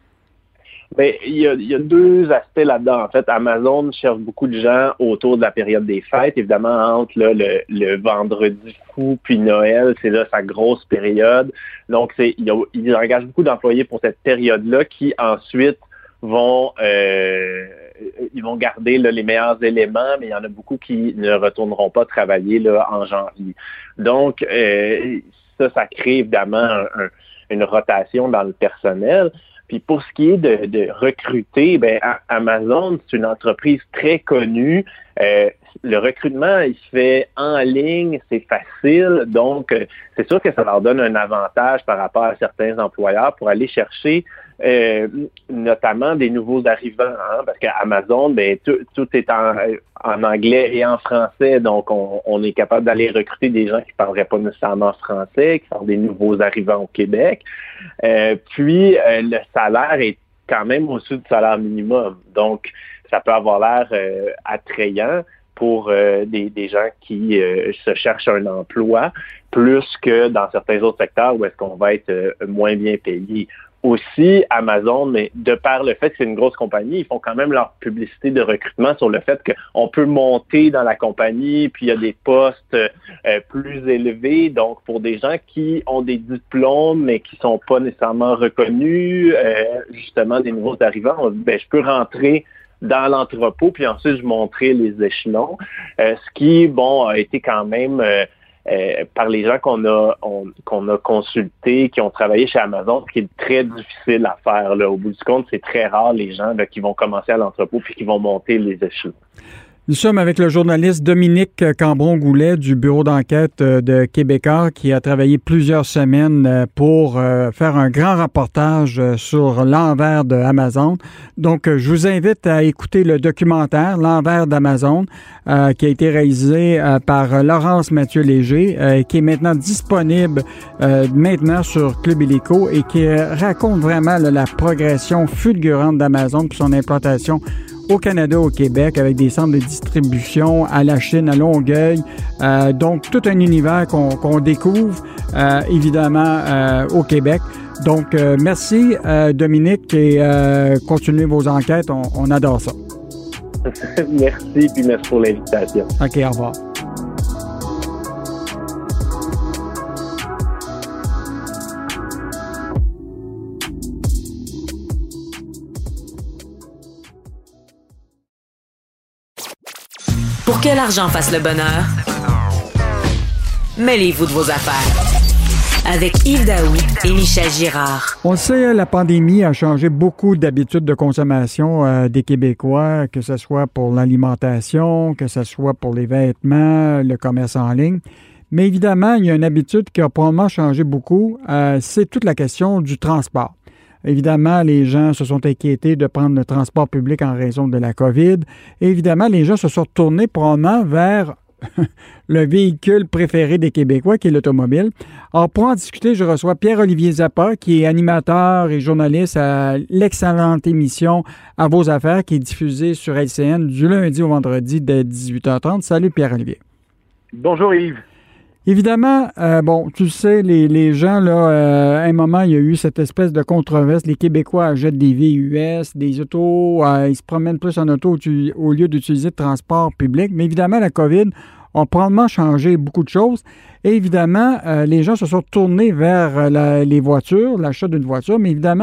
Bien, il y a, il y a deux aspects là-dedans. En fait, Amazon cherche beaucoup de gens autour de la période des fêtes. Évidemment, entre là, le, le vendredi fou puis Noël, c'est là sa grosse période. Donc, c'est, il, y a, il engage beaucoup d'employés pour cette période-là qui ensuite vont euh, ils vont garder là, les meilleurs éléments, mais il y en a beaucoup qui ne retourneront pas travailler là, en janvier. Donc, euh, ça, ça crée évidemment un, un, une rotation dans le personnel. Puis pour ce qui est de, de recruter, ben Amazon, c'est une entreprise très connue. Euh, le recrutement, il se fait en ligne, c'est facile. Donc, euh, c'est sûr que ça leur donne un avantage par rapport à certains employeurs pour aller chercher euh, notamment des nouveaux arrivants. Hein, parce qu'à Amazon, ben, tout, tout est en, en anglais et en français. Donc, on, on est capable d'aller recruter des gens qui ne parleraient pas nécessairement français, qui sont des nouveaux arrivants au Québec. Euh, puis, euh, le salaire est quand même au-dessus du salaire minimum. Donc, ça peut avoir l'air euh, attrayant pour euh, des, des gens qui euh, se cherchent un emploi, plus que dans certains autres secteurs où est-ce qu'on va être euh, moins bien payé. Aussi, Amazon, mais de par le fait que c'est une grosse compagnie, ils font quand même leur publicité de recrutement sur le fait qu'on peut monter dans la compagnie, puis il y a des postes euh, plus élevés. Donc, pour des gens qui ont des diplômes, mais qui sont pas nécessairement reconnus, euh, justement, des nouveaux arrivants, on dit, ben, je peux rentrer dans l'entrepôt, puis ensuite, je montrer les échelons. Euh, ce qui, bon, a été quand même... Euh, Euh, par les gens qu'on a on, qu'on a consultés, qui ont travaillé chez Amazon, ce qui est très difficile à faire. Là. Au bout du compte, c'est très rare les gens là, qui vont commencer à l'entrepôt puis qui vont monter les échelons. Nous sommes avec le journaliste Dominique Cambron-Goulet du bureau d'enquête de Québécois qui a travaillé plusieurs semaines pour faire un grand reportage sur l'envers de Amazon. Donc, je vous invite à écouter le documentaire L'envers d'Amazon euh, qui a été réalisé euh, par Laurence Mathieu-Léger euh, qui est maintenant disponible euh, maintenant sur Club Illico et qui raconte vraiment là, la progression fulgurante d'Amazon puis son implantation au Canada, au Québec, avec des centres de distribution à la Chine, à Longueuil. Euh, donc, tout un univers qu'on, qu'on découvre, euh, évidemment, euh, au Québec. Donc, euh, merci, euh, Dominique, et euh, continuez vos enquêtes. On, on adore ça. Merci, puis merci pour l'invitation. OK, au revoir. Pour que l'argent fasse le bonheur, mêlez-vous de vos affaires. Avec Yves Daou et Michel Girard. On sait, la pandémie a changé beaucoup d'habitudes de consommation euh, des Québécois, que ce soit pour l'alimentation, que ce soit pour les vêtements, le commerce en ligne. Mais évidemment, il y a une habitude qui a probablement changé beaucoup, euh, c'est toute la question du transport. Évidemment, les gens se sont inquiétés de prendre le transport public en raison de la COVID. Et évidemment, les gens se sont tournés probablement vers le véhicule préféré des Québécois, qui est l'automobile. Alors, pour en discuter, je reçois Pierre-Olivier Zappa, qui est animateur et journaliste à l'excellente émission À vos affaires, qui est diffusée sur L C N du lundi au vendredi dès dix-huit heures trente. Salut Pierre-Olivier. Bonjour Yves. Évidemment, euh, bon, tu le sais, les, les gens, là, euh, à un moment, il y a eu cette espèce de controverse. Les Québécois achètent des V U S, des autos, euh, ils se promènent plus en auto au, au lieu d'utiliser le transport public. Mais évidemment, la COVID a probablement changé beaucoup de choses. Et évidemment, euh, les gens se sont tournés vers la, les voitures, l'achat d'une voiture. Mais évidemment,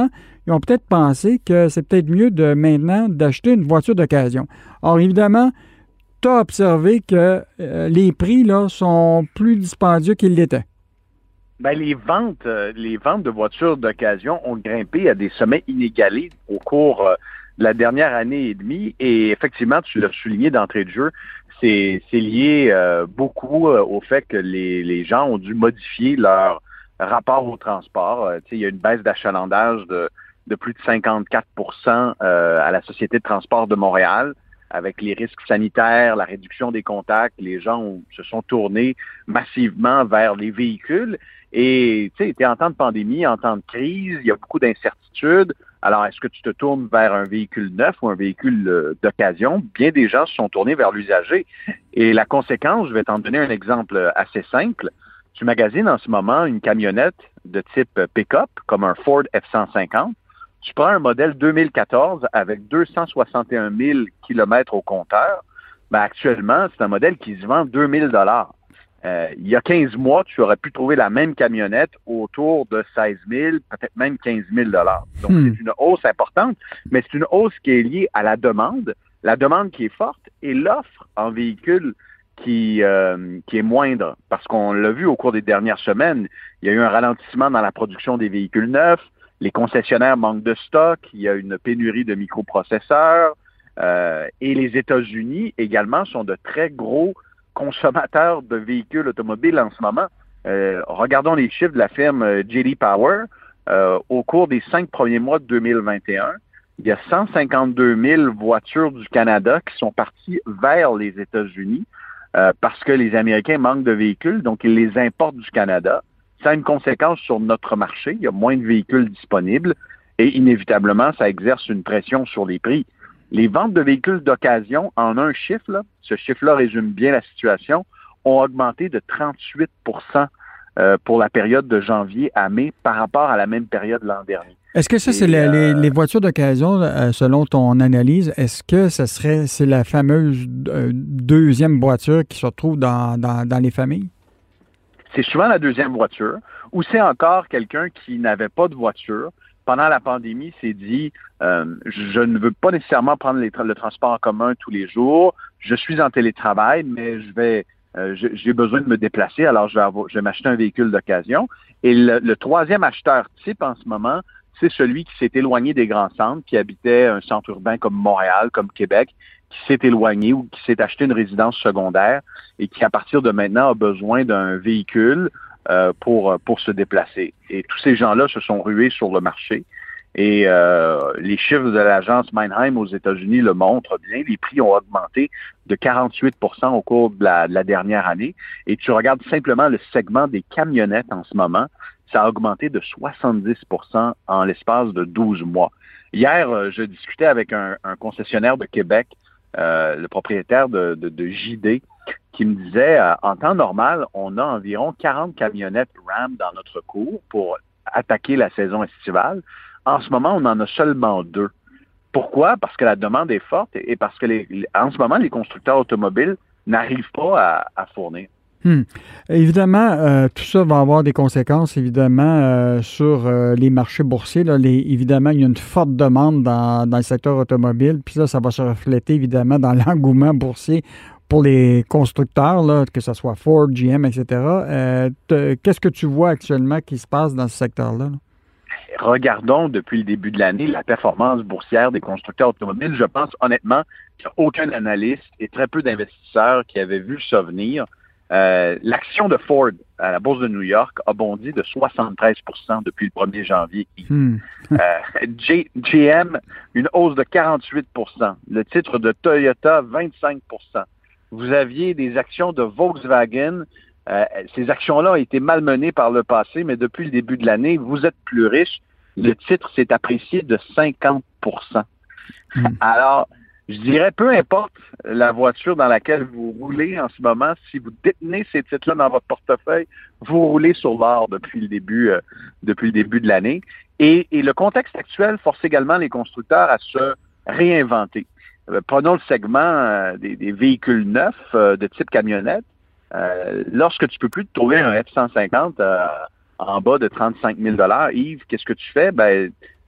ils ont peut-être pensé que c'est peut-être mieux de maintenant d'acheter une voiture d'occasion. Or, évidemment, tu as observé que euh, les prix là, sont plus dispendieux qu'ils l'étaient. Ben, les ventes, euh, les ventes de voitures d'occasion ont grimpé à des sommets inégalés au cours euh, de la dernière année et demie. Et effectivement, tu l'as souligné d'entrée de jeu, c'est, c'est lié euh, beaucoup euh, au fait que les, les gens ont dû modifier leur rapport au transport. Euh, il y a une baisse d'achalandage de, de plus de cinquante-quatre pour cent euh, à la Société de transport de Montréal. Avec les risques sanitaires, la réduction des contacts, les gens ont, se sont tournés massivement vers les véhicules. Et tu sais, tu es en temps de pandémie, en temps de crise, il y a beaucoup d'incertitudes. Alors, est-ce que tu te tournes vers un véhicule neuf ou un véhicule euh, d'occasion? Bien des gens se sont tournés vers l'usager. Et la conséquence, je vais t'en donner un exemple assez simple. Tu magasines en ce moment une camionnette de type pick-up, comme un Ford F cent cinquante. Tu prends un modèle deux mille quatorze avec deux cent soixante et un mille kilomètres au compteur. Ben, actuellement, c'est un modèle qui se vend deux mille dollars. Euh, il y a quinze mois, tu aurais pu trouver la même camionnette autour de seize mille, peut-être même quinze mille dollars. Donc, hmm. c'est une hausse importante, mais c'est une hausse qui est liée à la demande, la demande qui est forte et l'offre en véhicule qui, euh, qui est moindre. Parce qu'on l'a vu au cours des dernières semaines, il y a eu un ralentissement dans la production des véhicules neufs, les concessionnaires manquent de stock, il y a une pénurie de microprocesseurs euh, et les États-Unis également sont de très gros consommateurs de véhicules automobiles en ce moment. Euh, regardons les chiffres de la firme J D Power. Euh, au cours des cinq premiers mois de deux mille vingt et un, il y a cent cinquante-deux mille voitures du Canada qui sont parties vers les États-Unis euh, parce que les Américains manquent de véhicules, donc ils les importent du Canada. Ça a une conséquence sur notre marché. Il y a moins de véhicules disponibles et inévitablement, ça exerce une pression sur les prix. Les ventes de véhicules d'occasion, en un chiffre, là, ce chiffre-là résume bien la situation, ont augmenté de trente-huit pour cent euh, pour la période de janvier à mai par rapport à la même période l'an dernier. Est-ce que ça, et c'est la, euh, les, les voitures d'occasion, euh, selon ton analyse, est-ce que ça serait, c'est la fameuse euh, deuxième voiture qui se retrouve dans, dans, dans les familles? C'est souvent la deuxième voiture, ou c'est encore quelqu'un qui n'avait pas de voiture. Pendant la pandémie, s'est dit euh, je ne veux pas nécessairement prendre les tra- le transport en commun tous les jours. Je suis en télétravail, mais je vais euh, je, j'ai besoin de me déplacer, alors je vais, avoir, je vais m'acheter un véhicule d'occasion. Et le, le troisième acheteur type en ce moment, c'est celui qui s'est éloigné des grands centres, qui habitait un centre urbain comme Montréal, comme Québec, qui s'est éloigné ou qui s'est acheté une résidence secondaire et qui, à partir de maintenant, a besoin d'un véhicule Euh, pour pour se déplacer. Et tous ces gens-là se sont rués sur le marché. Et euh, les chiffres de l'agence Manheim aux États-Unis le montrent bien. Les prix ont augmenté de quarante-huit pour cent au cours de la, de la dernière année. Et tu regardes simplement le segment des camionnettes en ce moment, ça a augmenté de soixante-dix pour cent en l'espace de douze mois. Hier, euh, je discutais avec un, un concessionnaire de Québec, euh, le propriétaire de, de, de J D, qui me disait, euh, en temps normal, on a environ quarante camionnettes Ram dans notre cours pour attaquer la saison estivale. En ce moment, on en a seulement deux. Pourquoi? Parce que la demande est forte et parce que les, les, en ce moment, les constructeurs automobiles n'arrivent pas à, à fournir. Hmm. Évidemment, euh, tout ça va avoir des conséquences, évidemment, euh, sur euh, les marchés boursiers. Là, les, évidemment, il y a une forte demande dans, dans le secteur automobile. Puis là, ça va se refléter, évidemment, dans l'engouement boursier pour les constructeurs, là, que ce soit Ford, G M, et cetera. Euh, qu'est-ce que tu vois actuellement qui se passe dans ce secteur-là? Là? Regardons depuis le début de l'année la performance boursière des constructeurs automobiles. Je pense honnêtement qu'il n'y a aucun analyste et très peu d'investisseurs qui avaient vu ça venir. Euh, l'action de Ford à la Bourse de New York a bondi de soixante-treize pour cent depuis le premier janvier. Hmm. euh, G- GM, une hausse de quarante-huit pour cent. Le titre de Toyota, vingt-cinq pour cent. Vous aviez des actions de Volkswagen. Euh, ces actions-là ont été malmenées par le passé, mais depuis le début de l'année, vous êtes plus riche. Le titre s'est apprécié de cinquante pour cent. Mm. Alors, je dirais, peu importe la voiture dans laquelle vous roulez en ce moment, si vous détenez ces titres-là dans votre portefeuille, vous roulez sur l'or depuis le début, euh, depuis le début de l'année. Et, et le contexte actuel force également les constructeurs à se réinventer. Prenons le segment euh, des, des véhicules neufs euh, de type camionnette. Euh, lorsque tu peux plus te trouver un F cent cinquante euh, en bas de trente-cinq mille dollars, Yves, qu'est-ce que tu fais? Ben,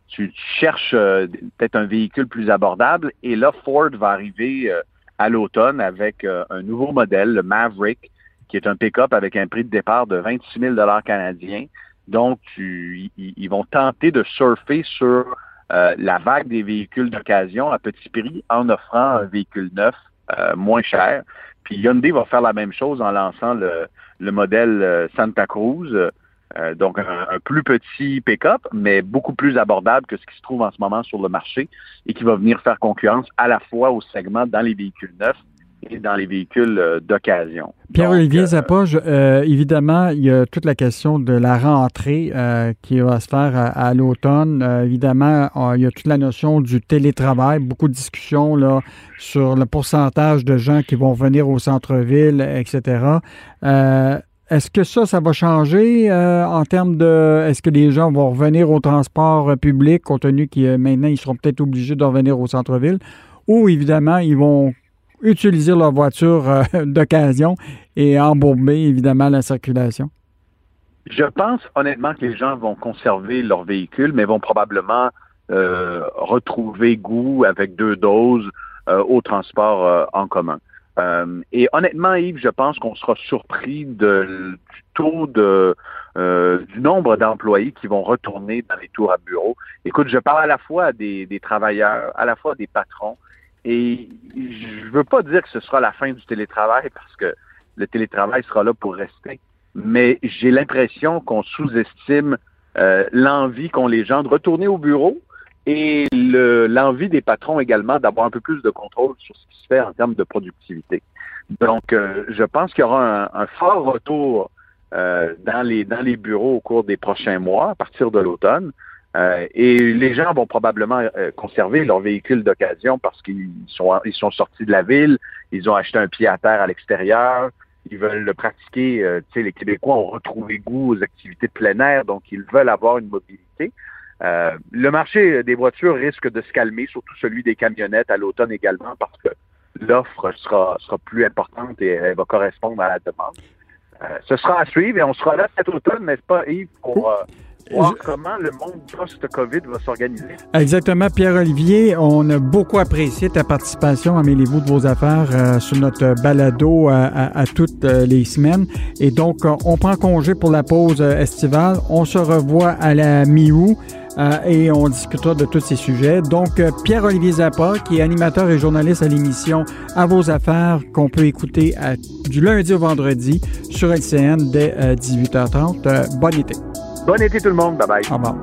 tu, tu cherches euh, peut-être un véhicule plus abordable. Et là, Ford va arriver euh, à l'automne avec euh, un nouveau modèle, le Maverick, qui est un pick-up avec un prix de départ de vingt-six mille dollars canadiens. Donc, tu, ils, ils vont tenter de surfer sur euh, la vague des véhicules d'occasion à petit prix en offrant un véhicule neuf euh, moins cher. Puis Hyundai va faire la même chose en lançant le, le modèle euh, Santa Cruz, euh, donc un, un plus petit pick-up, mais beaucoup plus abordable que ce qui se trouve en ce moment sur le marché et qui va venir faire concurrence à la fois au segment dans les véhicules neufs et dans les véhicules euh, d'occasion. Pierre-Olivier euh, Zapoge, euh, évidemment, il y a toute la question de la rentrée euh, qui va se faire à, à l'automne. Euh, évidemment, euh, il y a toute la notion du télétravail, beaucoup de discussions là, sur le pourcentage de gens qui vont venir au centre-ville, et cetera. Euh, est-ce que ça, ça va changer euh, en termes de... Est-ce que les gens vont revenir au transport public, compte tenu qu'ils maintenant, ils seront peut-être obligés de revenir au centre-ville, ou évidemment, ils vont utiliser leur voiture euh, d'occasion et embourber, évidemment, la circulation? Je pense honnêtement que les gens vont conserver leur véhicule, mais vont probablement euh, retrouver goût avec deux doses euh, au transport euh, en commun. Euh, et honnêtement, Yves, je pense qu'on sera surpris de, du taux de euh, du nombre d'employés qui vont retourner dans les tours à bureau. Écoute, je parle à la fois à des, des travailleurs, à la fois des patrons. Et je ne veux pas dire que ce sera la fin du télétravail parce que le télétravail sera là pour rester, mais j'ai l'impression qu'on sous-estime euh, l'envie qu'ont les gens de retourner au bureau et le, l'envie des patrons également d'avoir un peu plus de contrôle sur ce qui se fait en termes de productivité. Donc, euh, je pense qu'il y aura un, un fort retour euh, dans les, dans les bureaux au cours des prochains mois, à partir de l'automne. Euh, et les gens vont probablement euh, conserver leur véhicule d'occasion parce qu'ils sont ils sont sortis de la ville, ils ont acheté un pied à terre à l'extérieur, ils veulent le pratiquer. Euh, tu sais, les Québécois ont retrouvé goût aux activités de plein air, donc ils veulent avoir une mobilité. Euh, le marché des voitures risque de se calmer, surtout celui des camionnettes à l'automne également, parce que l'offre sera sera plus importante et elle va correspondre à la demande. Euh, ce sera à suivre et on sera là cet automne, n'est-ce pas, Yves, pour... Euh, voir comment le monde post-COVID va s'organiser. Exactement, Pierre-Olivier. On a beaucoup apprécié ta participation à Mêlez-vous de vos affaires euh, sur notre balado à, à, à toutes euh, les semaines. Et donc, euh, on prend congé pour la pause euh, estivale. On se revoit à la mi-août euh, et on discutera de tous ces sujets. Donc, euh, Pierre-Olivier Zappa, qui est animateur et journaliste à l'émission À vos affaires, qu'on peut écouter à, du lundi au vendredi sur L C N dès euh, dix-huit heures trente. Euh, bon été. Bon été tout le monde. Bye bye. Au revoir.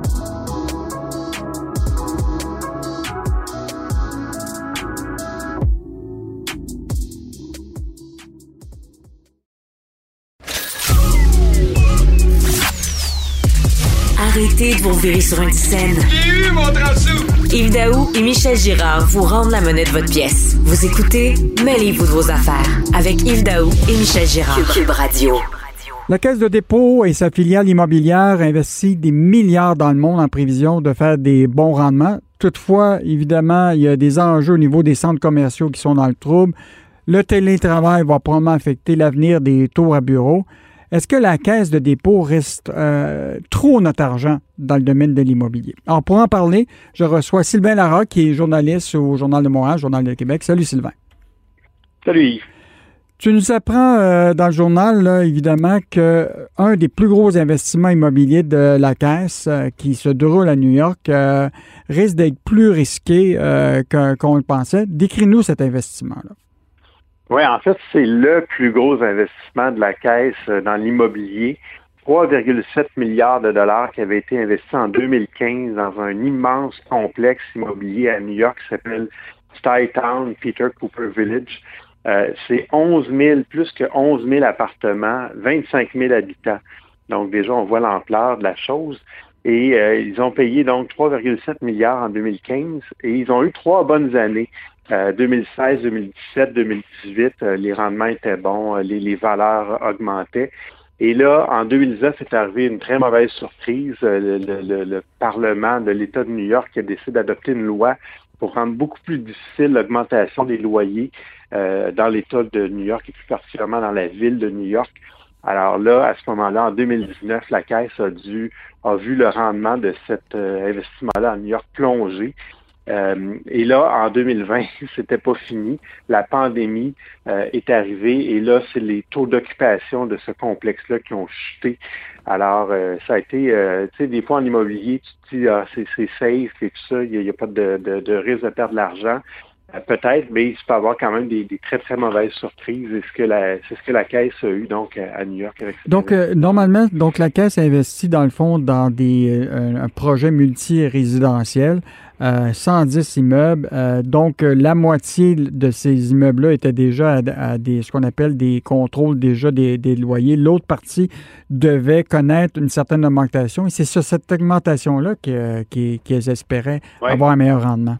Arrêtez de vous virer sur une scène. J'ai eu mon transou! Yves Daou et Michel Girard vous rendent la monnaie de votre pièce. Vous écoutez Mêlez-vous de vos affaires avec Yves Daou et Michel Girard. Cube Radio. La Caisse de dépôt et sa filiale immobilière investit des milliards dans le monde en prévision de faire des bons rendements. Toutefois, évidemment, il y a des enjeux au niveau des centres commerciaux qui sont dans le trouble. Le télétravail va probablement affecter l'avenir des tours à bureau. Est-ce que la Caisse de dépôt reste euh, trop notre argent dans le domaine de l'immobilier? Alors, pour en parler, je reçois Sylvain Larocque, qui est journaliste au Journal de Montréal, Journal de Québec. Salut, Sylvain. Salut, Yves. Tu nous apprends euh, dans le journal, là, évidemment, qu'un des plus gros investissements immobiliers de la Caisse euh, qui se déroule à New York euh, risque d'être plus risqué euh, qu'on, qu'on le pensait. Décris-nous cet investissement-là. Oui, en fait, c'est le plus gros investissement de la Caisse dans l'immobilier. trois virgule sept milliards de dollars qui avaient été investis en deux mille quinze dans un immense complexe immobilier à New York qui s'appelle Stuytown Peter Cooper Village. Euh, c'est onze mille, plus que onze mille appartements, vingt-cinq mille habitants. Donc déjà, on voit l'ampleur de la chose. Et euh, ils ont payé donc trois virgule sept milliards en deux mille quinze et ils ont eu trois bonnes années. Euh, deux mille seize, deux mille dix-sept, deux mille dix-huit, euh, les rendements étaient bons, euh, les, les valeurs augmentaient. Et là, en deux mille dix-neuf, est arrivée une très mauvaise surprise. Euh, le, le, le Parlement de l'État de New York a décidé d'adopter une loi pour rendre beaucoup plus difficile l'augmentation des loyers euh, dans l'État de New York et plus particulièrement dans la ville de New York. Alors là, à ce moment-là, en deux mille dix-neuf, la Caisse a dû a vu le rendement de cet euh, investissement-là à New York plonger. Euh, et là, en deux mille vingt, c'était pas fini. La pandémie euh, est arrivée et là, c'est les taux d'occupation de ce complexe-là qui ont chuté. Alors, euh, ça a été, euh, tu sais, des fois en immobilier, tu te dis, ah, c'est, c'est safe et tout ça, il n'y a, a pas de, de, de risque de perdre de l'argent. Euh, peut-être, mais il peut y avoir quand même des, des très, très mauvaises surprises. C'est ce que la, c'est ce que la Caisse a eu donc à New York. Avec donc, euh, normalement, donc la Caisse investit dans le fond dans des euh, un projet multi-résidentiel, euh, cent dix immeubles. Euh, donc, euh, la moitié de ces immeubles-là étaient déjà à, à des ce qu'on appelle des contrôles déjà des, des loyers. L'autre partie devait connaître une certaine augmentation. Et c'est sur cette augmentation-là que, qu'ils, qu'ils espéraient ouais. avoir un meilleur rendement.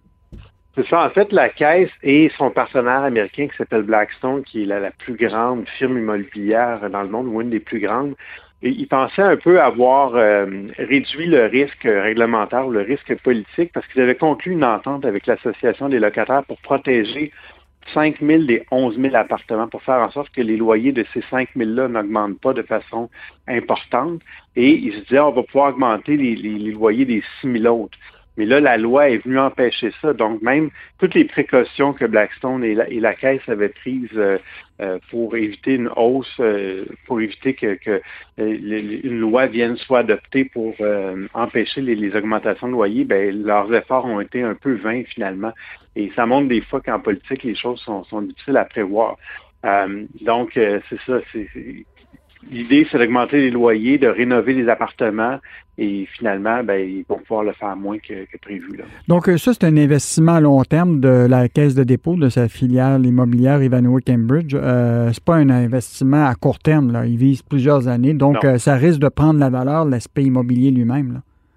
C'est ça. En fait, la Caisse et son partenaire américain qui s'appelle Blackstone, qui est la, la plus grande firme immobilière dans le monde, ou une des plus grandes, et ils pensaient un peu avoir euh, réduit le risque réglementaire ou le risque politique parce qu'ils avaient conclu une entente avec l'Association des locataires pour protéger cinq mille des onze mille appartements, pour faire en sorte que les loyers de ces cinq mille-là n'augmentent pas de façon importante. Et ils se disaient, on va pouvoir augmenter les, les, les loyers des six mille autres. Mais là, la loi est venue empêcher ça. Donc, même toutes les précautions que Blackstone et la, et la Caisse avaient prises euh, euh, pour éviter une hausse, euh, pour éviter que, que euh, une loi vienne soit adoptée pour euh, empêcher les, les augmentations de loyer, ben leurs efforts ont été un peu vains finalement. Et ça montre des fois qu'en politique, les choses sont, sont difficiles à prévoir. Euh, donc, euh, c'est ça. C'est, c'est, l'idée, c'est d'augmenter les loyers, de rénover les appartements. Et finalement, ben, ils vont pouvoir le faire moins que, que prévu. Là. Donc, ça, c'est un investissement à long terme de la Caisse de dépôt, de sa filiale immobilière Ivanhoé Cambridge. Euh, c'est pas un investissement à court terme. Là. Il vise plusieurs années. Donc, euh, ça risque de prendre la valeur de l'aspect immobilier lui-même. Là.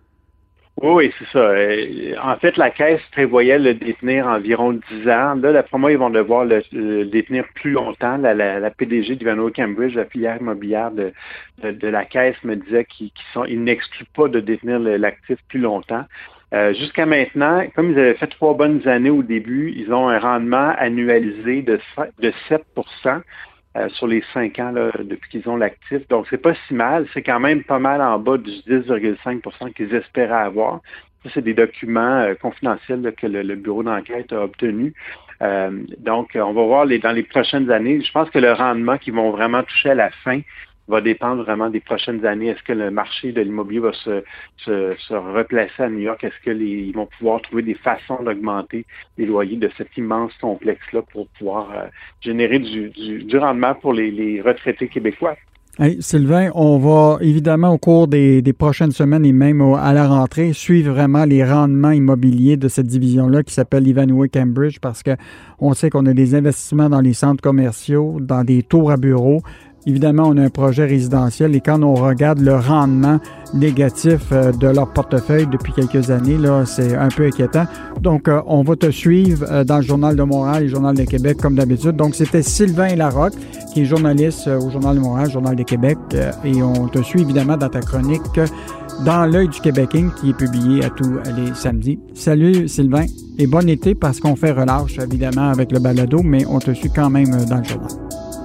Oui, c'est ça. En fait, la Caisse prévoyait le détenir environ dix ans. Là, d'après moi, ils vont devoir le, le détenir plus longtemps. La, la, la P D G d'Ivanhoé Cambridge, la filière immobilière de, de, de la Caisse, me disait qu'ils, qu'ils sont, ils n'excluent pas de détenir le, l'actif plus longtemps. Euh, jusqu'à maintenant, comme ils avaient fait trois bonnes années au début, ils ont un rendement annualisé de, de sept pour cent. Euh, sur les cinq ans là, depuis qu'ils ont l'actif. Donc, c'est pas si mal. C'est quand même pas mal en bas du dix virgule cinq pour cent qu'ils espéraient avoir. Ça, c'est des documents euh, confidentiels là, que le, le bureau d'enquête a obtenus. Euh, donc, on va voir les, dans les prochaines années. Je pense que le rendement qu'ils vont vraiment toucher à la fin va dépendre vraiment des prochaines années. Est-ce que le marché de l'immobilier va se, se, se replacer à New York? Est-ce que les, ils vont pouvoir trouver des façons d'augmenter les loyers de cet immense complexe-là pour pouvoir euh, générer du, du, du rendement pour les, les retraités québécois? Hey, Sylvain, on va évidemment au cours des, des prochaines semaines et même au, à la rentrée suivre vraiment les rendements immobiliers de cette division-là qui s'appelle Ivanhoé Cambridge parce que on sait qu'on a des investissements dans les centres commerciaux, dans des tours à bureaux. Évidemment, on a un projet résidentiel et quand on regarde le rendement négatif de leur portefeuille depuis quelques années, là, c'est un peu inquiétant. Donc, on va te suivre dans le Journal de Montréal et le Journal de Québec comme d'habitude. Donc, c'était Sylvain Larocque, qui est journaliste au Journal de Montréal, Journal de Québec, et on te suit évidemment dans ta chronique Dans l'œil du Québécois qui est publié à tous les samedis. Salut Sylvain et bon été parce qu'on fait relâche évidemment avec le balado, mais on te suit quand même dans le journal.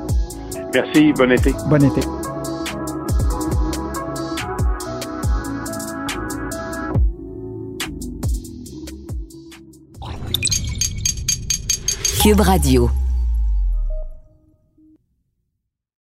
Merci, bon été. Bon été. Cube Radio.